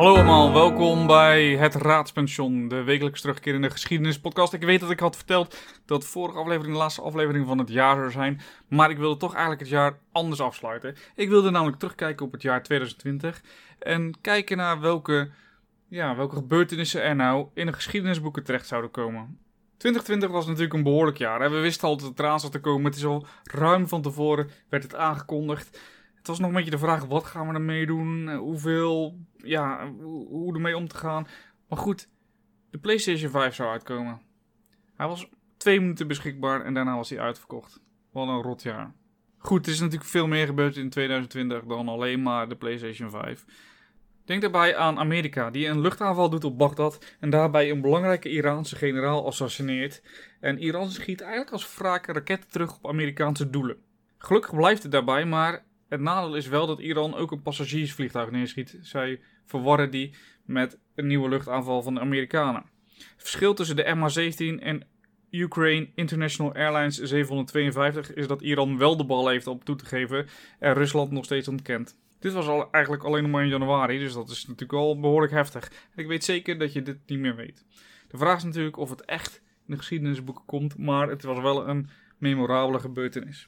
Hallo allemaal, welkom bij het Raadspension, de wekelijks terugkerende geschiedenispodcast. Ik weet dat ik had verteld dat de vorige aflevering de laatste aflevering van het jaar zou zijn, maar ik wilde toch eigenlijk het jaar anders afsluiten. Ik wilde namelijk terugkijken op het jaar 2020 en kijken naar welke gebeurtenissen er nou in de geschiedenisboeken terecht zouden komen. 2020 was natuurlijk een behoorlijk jaar. Hè? We wisten al dat het eraan zat te komen. Het is al ruim van tevoren werd het aangekondigd. Het was nog een beetje de vraag, wat gaan we ermee doen? Hoeveel, hoe ermee om te gaan. Maar goed, de PlayStation 5 zou uitkomen. Hij was 2 minuten beschikbaar en daarna was hij uitverkocht. Wat een rot jaar. Goed, er is natuurlijk veel meer gebeurd in 2020 dan alleen maar de PlayStation 5. Denk daarbij aan Amerika, die een luchtaanval doet op Bagdad en daarbij een belangrijke Iraanse generaal assassineert. En Iran schiet eigenlijk als wraak raketten terug op Amerikaanse doelen. Gelukkig blijft het daarbij, maar het nadeel is wel dat Iran ook een passagiersvliegtuig neerschiet. Zij verwarren die met een nieuwe luchtaanval van de Amerikanen. Het verschil tussen de MH17 en Ukraine International Airlines 752 is dat Iran wel de bal heeft om toe te geven en Rusland nog steeds ontkent. Dit was eigenlijk alleen nog maar in januari, dus dat is natuurlijk wel behoorlijk heftig. En ik weet zeker dat je dit niet meer weet. De vraag is natuurlijk of het echt in de geschiedenisboeken komt, maar het was wel een memorabele gebeurtenis.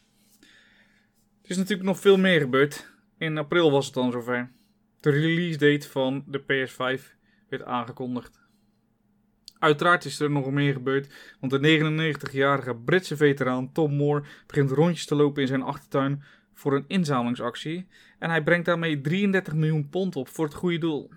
Er is natuurlijk nog veel meer gebeurd. In april was het dan zover. De release date van de PS5 werd aangekondigd. Uiteraard is er nog meer gebeurd, want de 99-jarige Britse veteraan Tom Moore begint rondjes te lopen in zijn achtertuin voor een inzamelingsactie en hij brengt daarmee 33 miljoen pond op voor het goede doel.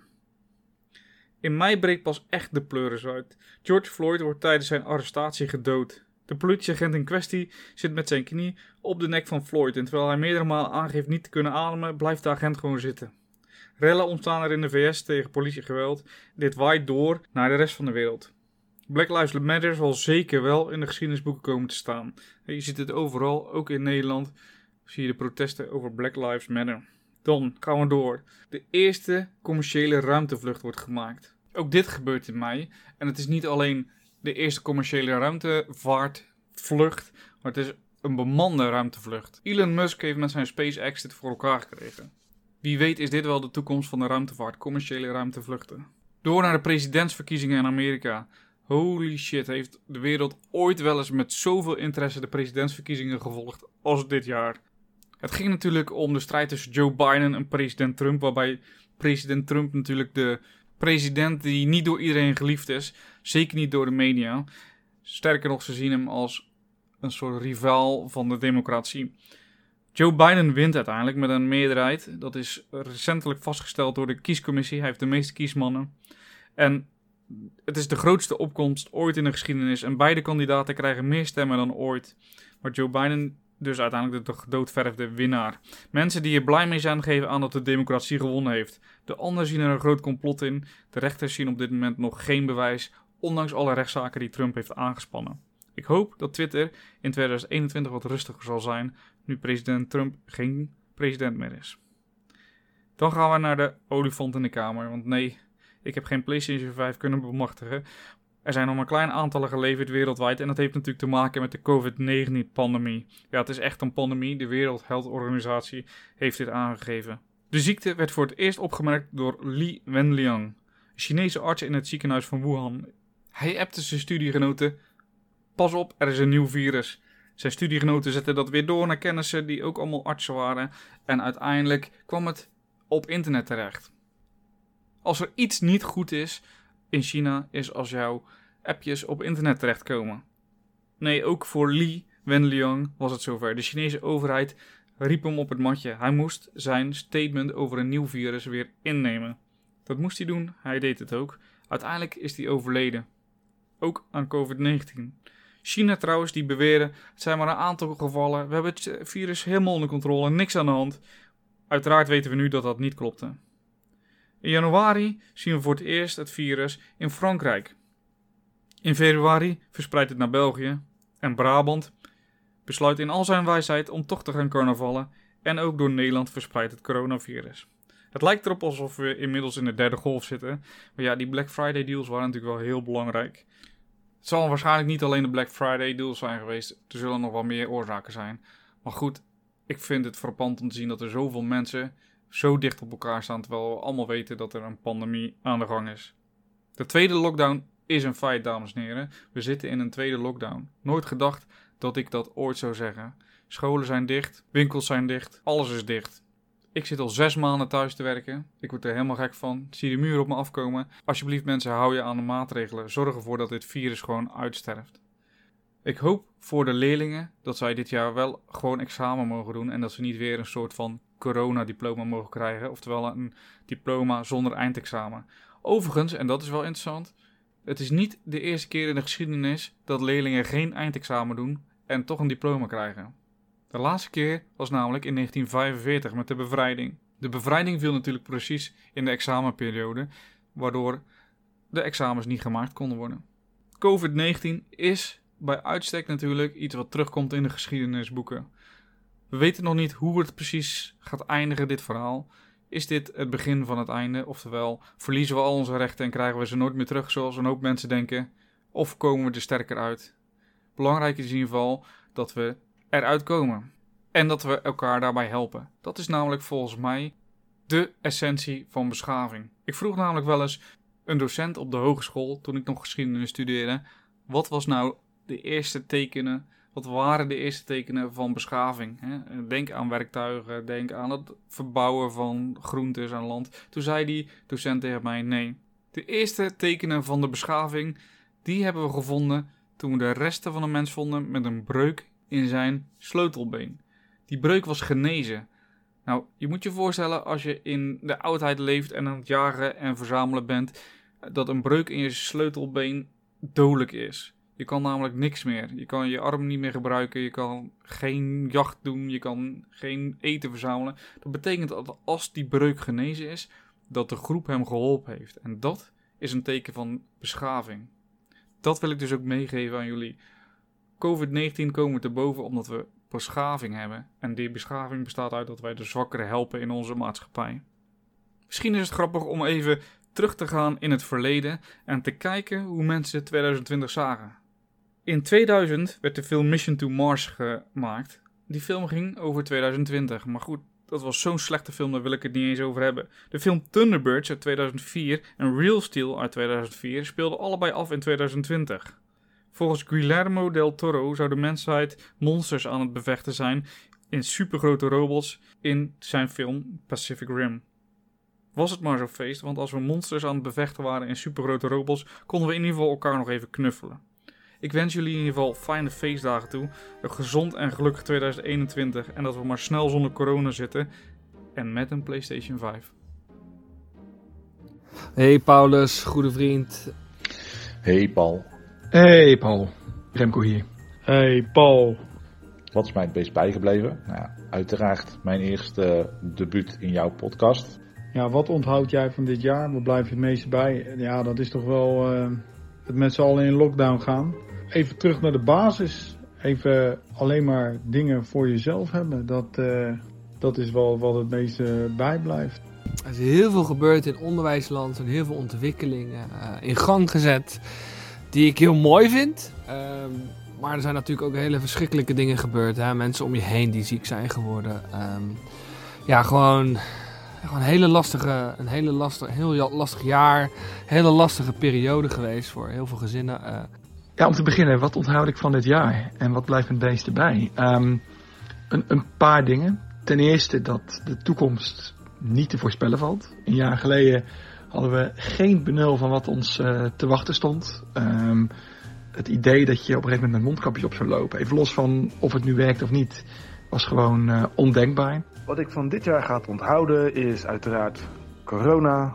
In mei breekt pas echt de pleuris uit. George Floyd wordt tijdens zijn arrestatie gedood. De politieagent in kwestie zit met zijn knie op de nek van Floyd en terwijl hij meerdere malen aangeeft niet te kunnen ademen, blijft de agent gewoon zitten. Rellen ontstaan er in de VS tegen politiegeweld. Dit waait door naar de rest van de wereld. Black Lives Matter zal zeker wel in de geschiedenisboeken komen te staan. Je ziet het overal, ook in Nederland zie je de protesten over Black Lives Matter. Dan gaan we door. De eerste commerciële ruimtevlucht wordt gemaakt. Ook dit gebeurt in mei. En het is niet alleen de eerste commerciële ruimtevaartvlucht, maar het is een bemande ruimtevlucht. Elon Musk heeft met zijn SpaceX dit voor elkaar gekregen. Wie weet is dit wel de toekomst van de ruimtevaart, commerciële ruimtevluchten. Door naar de presidentsverkiezingen in Amerika. Holy shit, heeft de wereld ooit wel eens met zoveel interesse de presidentsverkiezingen gevolgd als dit jaar. Het ging natuurlijk om de strijd tussen Joe Biden en president Trump, waarbij president Trump natuurlijk de president die niet door iedereen geliefd is, zeker niet door de media. Sterker nog, ze zien hem als een soort rivaal van de democratie. Joe Biden wint uiteindelijk met een meerderheid. Dat is recentelijk vastgesteld door de kiescommissie. Hij heeft de meeste kiesmannen. En het is de grootste opkomst ooit in de geschiedenis. En beide kandidaten krijgen meer stemmen dan ooit. Maar Joe Biden dus uiteindelijk de gedoodverfde winnaar. Mensen die er blij mee zijn geven aan dat de democratie gewonnen heeft. De anderen zien er een groot complot in. De rechters zien op dit moment nog geen bewijs, ondanks alle rechtszaken die Trump heeft aangespannen. Ik hoop dat Twitter in 2021 wat rustiger zal zijn, nu president Trump geen president meer is. Dan gaan we naar de olifant in de kamer, want nee, ik heb geen PlayStation 5 kunnen bemachtigen. Er zijn nog maar kleine aantallen geleverd wereldwijd en dat heeft natuurlijk te maken met de COVID-19-pandemie. Ja, het is echt een pandemie, de World Health Organization heeft dit aangegeven. De ziekte werd voor het eerst opgemerkt door Li Wenliang, een Chinese arts in het ziekenhuis van Wuhan. Hij appte zijn studiegenoten: pas op, er is een nieuw virus. Zijn studiegenoten zetten dat weer door naar kennissen die ook allemaal artsen waren. En uiteindelijk kwam het op internet terecht. Als er iets niet goed is in China, is als jouw appjes op internet terechtkomen. Nee, ook voor Li Wenliang was het zover. De Chinese overheid riep hem op het matje. Hij moest zijn statement over een nieuw virus weer innemen. Dat moest hij doen, hij deed het ook. Uiteindelijk is hij overleden. Ook aan COVID-19. China trouwens, die beweren, het zijn maar een aantal gevallen. We hebben het virus helemaal onder controle, niks aan de hand. Uiteraard weten we nu dat dat niet klopte. In januari zien we voor het eerst het virus in Frankrijk. In februari verspreidt het naar België. En Brabant besluit in al zijn wijsheid om toch te gaan carnavallen. En ook door Nederland verspreidt het coronavirus. Het lijkt erop alsof we inmiddels in de derde golf zitten. Maar ja, die Black Friday deals waren natuurlijk wel heel belangrijk. Het zal waarschijnlijk niet alleen de Black Friday deals zijn geweest. Er zullen nog wel meer oorzaken zijn. Maar goed, ik vind het frappant om te zien dat er zoveel mensen zo dicht op elkaar staan terwijl we allemaal weten dat er een pandemie aan de gang is. De tweede lockdown is een feit, dames en heren. We zitten in een tweede lockdown. Nooit gedacht dat ik dat ooit zou zeggen. Scholen zijn dicht, winkels zijn dicht, alles is dicht. Ik zit al 6 maanden thuis te werken. Ik word er helemaal gek van. Zie de muur op me afkomen. Alsjeblieft mensen, hou je aan de maatregelen. Zorg ervoor dat dit virus gewoon uitsterft. Ik hoop voor de leerlingen dat zij dit jaar wel gewoon examen mogen doen. En dat ze niet weer een soort van coronadiploma mogen krijgen. Oftewel een diploma zonder eindexamen. Overigens, en dat is wel interessant. Het is niet de eerste keer in de geschiedenis dat leerlingen geen eindexamen doen en toch een diploma krijgen. De laatste keer was namelijk in 1945 met de bevrijding. De bevrijding viel natuurlijk precies in de examenperiode, waardoor de examens niet gemaakt konden worden. COVID-19 is bij uitstek natuurlijk iets wat terugkomt in de geschiedenisboeken. We weten nog niet hoe het precies gaat eindigen, dit verhaal. Is dit het begin van het einde? Oftewel, verliezen we al onze rechten en krijgen we ze nooit meer terug zoals een hoop mensen denken? Of komen we er sterker uit? Belangrijk is in ieder geval dat we eruit komen. En dat we elkaar daarbij helpen. Dat is namelijk volgens mij de essentie van beschaving. Ik vroeg namelijk wel eens een docent op de hogeschool, toen ik nog geschiedenis studeerde, wat was nou de eerste tekenen, wat waren de eerste tekenen van beschaving? Hè? Denk aan werktuigen, denk aan het verbouwen van groentes aan land. Toen zei die docent tegen mij, nee, de eerste tekenen van de beschaving, die hebben we gevonden toen we de resten van een mens vonden met een breuk in zijn sleutelbeen. Die breuk was genezen. Nou, je moet je voorstellen als je in de oudheid leeft en aan het jagen en verzamelen bent, dat een breuk in je sleutelbeen dodelijk is. Je kan namelijk niks meer. Je kan je arm niet meer gebruiken, je kan geen jacht doen, je kan geen eten verzamelen. Dat betekent dat als die breuk genezen is, dat de groep hem geholpen heeft. En dat is een teken van beschaving. Dat wil ik dus ook meegeven aan jullie. COVID-19 komen we te boven omdat we beschaving hebben. En die beschaving bestaat uit dat wij de zwakkeren helpen in onze maatschappij. Misschien is het grappig om even terug te gaan in het verleden en te kijken hoe mensen 2020 zagen. In 2000 werd de film Mission to Mars gemaakt. Die film ging over 2020, maar goed, dat was zo'n slechte film, daar wil ik het niet eens over hebben. De film Thunderbirds uit 2004 en Real Steel uit 2004 speelden allebei af in 2020. Volgens Guillermo del Toro zou de mensheid monsters aan het bevechten zijn in supergrote robots in zijn film Pacific Rim. Was het maar zo'n feest, want als we monsters aan het bevechten waren in supergrote robots, konden we in ieder geval elkaar nog even knuffelen. Ik wens jullie in ieder geval fijne feestdagen toe, een gezond en gelukkig 2021 en dat we maar snel zonder corona zitten en met een PlayStation 5. Hey Paulus, goede vriend. Hey Paul. Hey Paul, Remco hier. Hey Paul. Wat is mij het best bijgebleven? Nou, uiteraard mijn eerste debuut in jouw podcast. Ja, wat onthoud jij van dit jaar? Wat blijft je het meeste bij? Ja, dat is toch wel het met z'n allen in lockdown gaan. Even terug naar de basis. Even alleen maar dingen voor jezelf hebben. Dat is wel wat het meeste bijblijft. Er is heel veel gebeurd in onderwijsland. Er zijn heel veel ontwikkelingen in gang gezet die ik heel mooi vind. Maar er zijn natuurlijk ook hele verschrikkelijke dingen gebeurd. Hè? Mensen om je heen die ziek zijn geworden. Gewoon een heel lastig jaar. Een hele lastige periode geweest voor heel veel gezinnen. Ja, om te beginnen, wat onthoud ik van dit jaar? En wat blijft het meeste bij? Een paar dingen. Ten eerste dat de toekomst niet te voorspellen valt. Een jaar geleden hadden we geen benul van wat ons te wachten stond. Het idee dat je op een gegeven moment met mondkapjes op zou lopen, even los van of het nu werkt of niet, was gewoon ondenkbaar. Wat ik van dit jaar ga onthouden is uiteraard corona,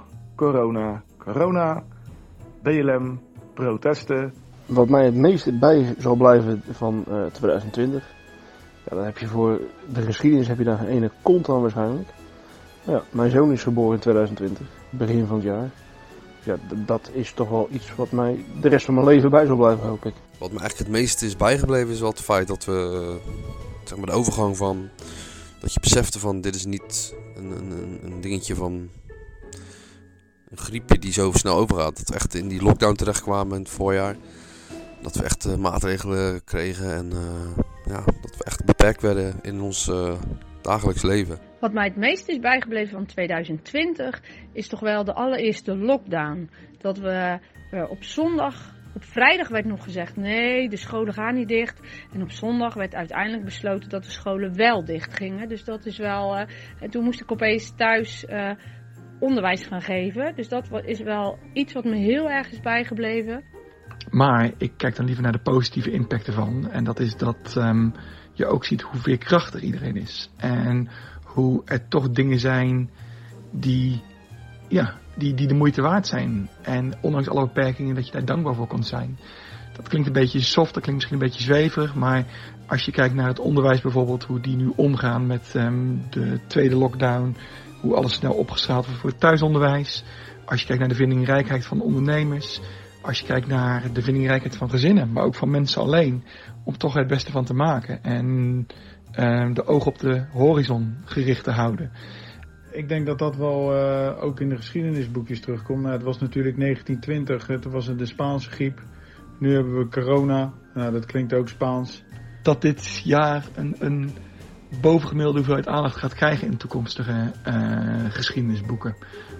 BLM, protesten. Wat mij het meest bij zal blijven van 2020, ja, dan heb je voor de geschiedenis heb je daar een ene kont aan waarschijnlijk. Ja, mijn zoon is geboren in 2020, begin van het jaar. Ja, dat is toch wel iets wat mij de rest van mijn leven bij zal blijven, hoop ik. Wat me eigenlijk het meeste is bijgebleven is wel het feit dat we, zeg maar, de overgang van, dat je besefte van dit is niet een dingetje van een griepje die zo snel overgaat. Dat we echt in die lockdown terechtkwamen in het voorjaar. Dat we echt maatregelen kregen en dat we echt beperkt werden in ons dagelijks leven. Wat mij het meest is bijgebleven van 2020 is toch wel de allereerste lockdown. Dat we op vrijdag werd nog gezegd nee, de scholen gaan niet dicht. En op zondag werd uiteindelijk besloten dat de scholen wel dicht gingen. Dus dat is wel... en toen moest ik opeens thuis onderwijs gaan geven. Dus dat is wel iets wat me heel erg is bijgebleven. Maar ik kijk dan liever naar de positieve impact ervan. En dat is dat je ook ziet hoe veerkrachtig iedereen is. En hoe er toch dingen zijn die de moeite waard zijn. En ondanks alle beperkingen dat je daar dankbaar voor kunt zijn. Dat klinkt een beetje soft, dat klinkt misschien een beetje zweverig. Maar als je kijkt naar het onderwijs bijvoorbeeld, hoe die nu omgaan met de tweede lockdown. Hoe alles snel opgeschaald wordt voor het thuisonderwijs. Als je kijkt naar de vindingrijkheid van ondernemers. Als je kijkt naar de vindingrijkheid van gezinnen, maar ook van mensen alleen. Om toch er het beste van te maken. En de oog op de horizon gericht te houden. Ik denk dat dat wel ook in de geschiedenisboekjes terugkomt. Nou, het was natuurlijk 1920, toen was het de Spaanse griep. Nu hebben we corona, nou, dat klinkt ook Spaans. Dat dit jaar een bovengemiddelde hoeveelheid aandacht gaat krijgen in toekomstige geschiedenisboeken.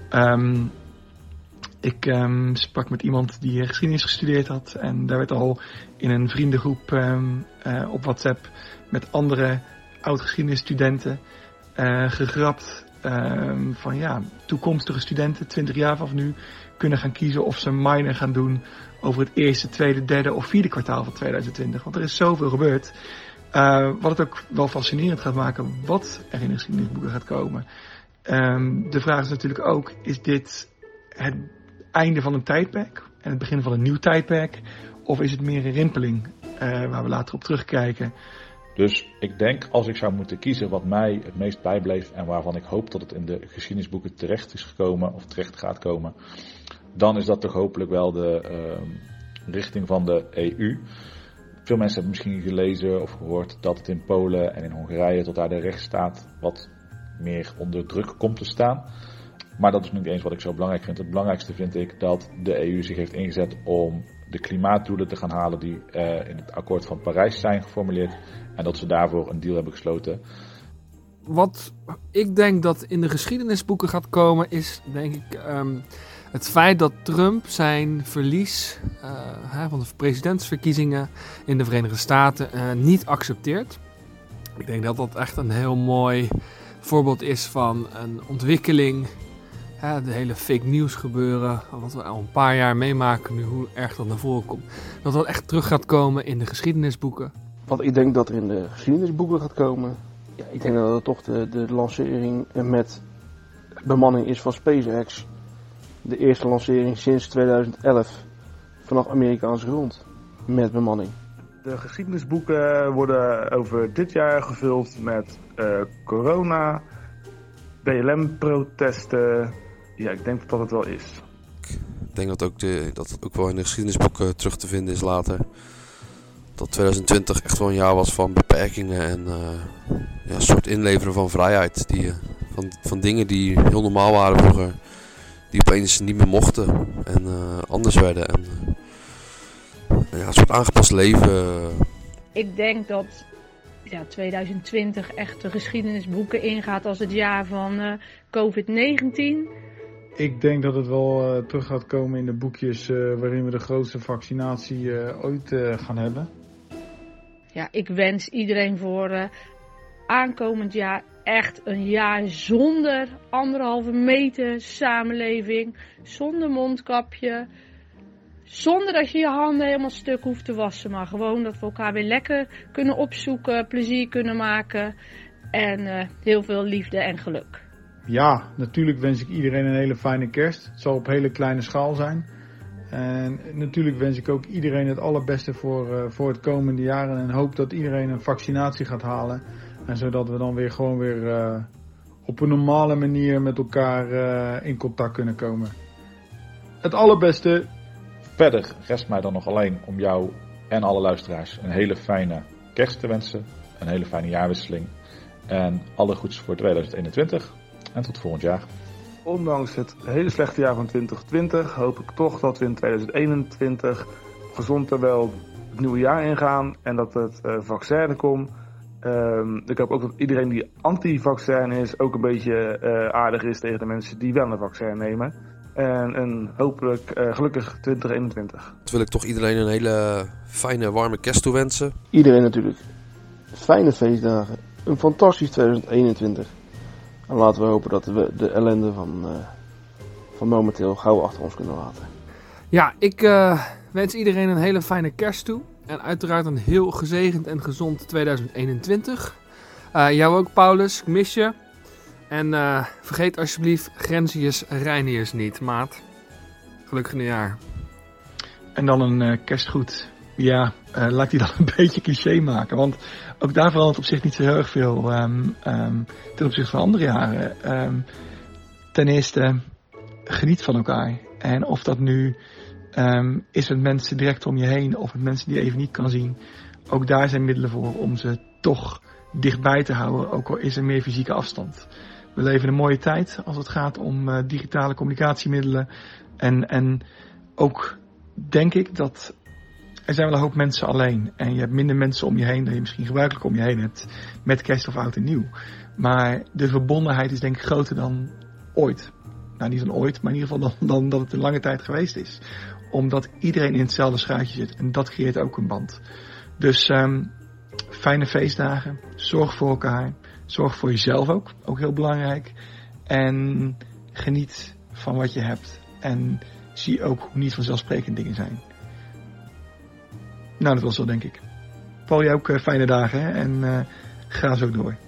Ik sprak met iemand die geschiedenis gestudeerd had. En daar werd al in een vriendengroep op WhatsApp met andere oud-geschiedenisstudenten gegrapt. Van ja, toekomstige studenten, 20 jaar vanaf nu, kunnen gaan kiezen of ze een minor gaan doen over het eerste, tweede, derde of vierde kwartaal van 2020. Want er is zoveel gebeurd. Wat het ook wel fascinerend gaat maken wat er in de geschiedenisboeken gaat komen. De vraag is natuurlijk ook, is dit het einde van een tijdperk en het begin van een nieuw tijdperk? Of is het meer een rimpeling waar we later op terugkijken? Dus ik denk, als ik zou moeten kiezen wat mij het meest bijbleef en waarvan ik hoop dat het in de geschiedenisboeken terecht is gekomen of terecht gaat komen, dan is dat toch hopelijk wel de richting van de EU. Veel mensen hebben misschien gelezen of gehoord dat het in Polen en in Hongarije tot daar de rechtsstaat wat meer onder druk komt te staan. Maar dat is niet eens wat ik zo belangrijk vind. Het belangrijkste vind ik dat de EU zich heeft ingezet om de klimaatdoelen te gaan halen die in het akkoord van Parijs zijn geformuleerd. En dat ze daarvoor een deal hebben gesloten. Wat ik denk dat in de geschiedenisboeken gaat komen is, denk ik, het feit dat Trump zijn verlies van de presidentsverkiezingen in de Verenigde Staten niet accepteert. Ik denk dat dat echt een heel mooi voorbeeld is van een ontwikkeling. De hele fake news gebeuren, wat we al een paar jaar meemaken nu, hoe erg dat naar voren komt. Dat dat echt terug gaat komen in de geschiedenisboeken. Wat ik denk dat er in de geschiedenisboeken gaat komen. Ja, ik denk dat het toch de lancering met bemanning is van SpaceX. De eerste lancering sinds 2011 vanaf Amerikaanse grond met bemanning. De geschiedenisboeken worden over dit jaar gevuld met corona, BLM-protesten. Ja, ik denk dat het wel is. Ik denk dat het ook wel in de geschiedenisboeken terug te vinden is later. Dat 2020 echt wel een jaar was van beperkingen en een soort inleveren van vrijheid. Van dingen die heel normaal waren vroeger. Die opeens niet meer mochten en anders werden. En een soort aangepast leven. Ik denk dat 2020 echt de geschiedenisboeken ingaat als het jaar van COVID-19. Ik denk dat het wel terug gaat komen in de boekjes waarin we de grootste vaccinatie ooit gaan hebben. Ja, ik wens iedereen voor aankomend jaar echt een jaar zonder 1,5 meter samenleving, zonder mondkapje, zonder dat je je handen helemaal stuk hoeft te wassen, maar gewoon dat we elkaar weer lekker kunnen opzoeken, plezier kunnen maken en heel veel liefde en geluk. Ja, natuurlijk wens ik iedereen een hele fijne kerst. Het zal op hele kleine schaal zijn. En natuurlijk wens ik ook iedereen het allerbeste voor het komende jaar. En hoop dat iedereen een vaccinatie gaat halen. En zodat we dan gewoon weer op een normale manier met elkaar in contact kunnen komen. Het allerbeste. Verder rest mij dan nog alleen om jou en alle luisteraars een hele fijne kerst te wensen. Een hele fijne jaarwisseling. En alle goeds voor 2021. En tot volgend jaar. Ondanks het hele slechte jaar van 2020 hoop ik toch dat we in 2021 gezond er wel het nieuwe jaar ingaan. En dat het vaccin er komt. Ik hoop ook dat iedereen die anti-vaccin is ook een beetje aardig is tegen de mensen die wel een vaccin nemen. En een hopelijk gelukkig 2021. Dan wil ik toch iedereen een hele fijne, warme kerst toewensen. Iedereen natuurlijk. Fijne feestdagen. Een fantastisch 2021. En laten we hopen dat we de ellende van momenteel gauw achter ons kunnen laten. Ja, ik wens iedereen een hele fijne kerst toe. En uiteraard een heel gezegend en gezond 2021. Jou ook, Paulus. Ik mis je. En vergeet alsjeblieft Grenzius Reinius niet, maat. Gelukkig nieuwjaar. En dan een kerstgroet. Ja, laat die dan een beetje cliché maken. Want ook daar verandert op zich niet zo heel erg veel ten opzichte van andere jaren. Ten eerste, geniet van elkaar. En of dat nu is met mensen direct om je heen of met mensen die je even niet kan zien. Ook daar zijn middelen voor om ze toch dichtbij te houden, ook al is er meer fysieke afstand. We leven in een mooie tijd als het gaat om digitale communicatiemiddelen. En ook denk ik dat er zijn wel een hoop mensen alleen. En je hebt minder mensen om je heen dan je misschien gebruikelijk om je heen hebt met kerst of oud en nieuw. Maar de verbondenheid is denk ik groter dan ooit. Nou, niet dan ooit, maar in ieder geval dan dat het een lange tijd geweest is. Omdat iedereen in hetzelfde schuitje zit. En dat creëert ook een band. Dus fijne feestdagen. Zorg voor elkaar. Zorg voor jezelf ook. Ook heel belangrijk. En geniet van wat je hebt. En zie ook hoe niet vanzelfsprekend dingen zijn. Nou, dat was wel denk ik. Paul, jij ook fijne dagen. Hè? En ga zo door.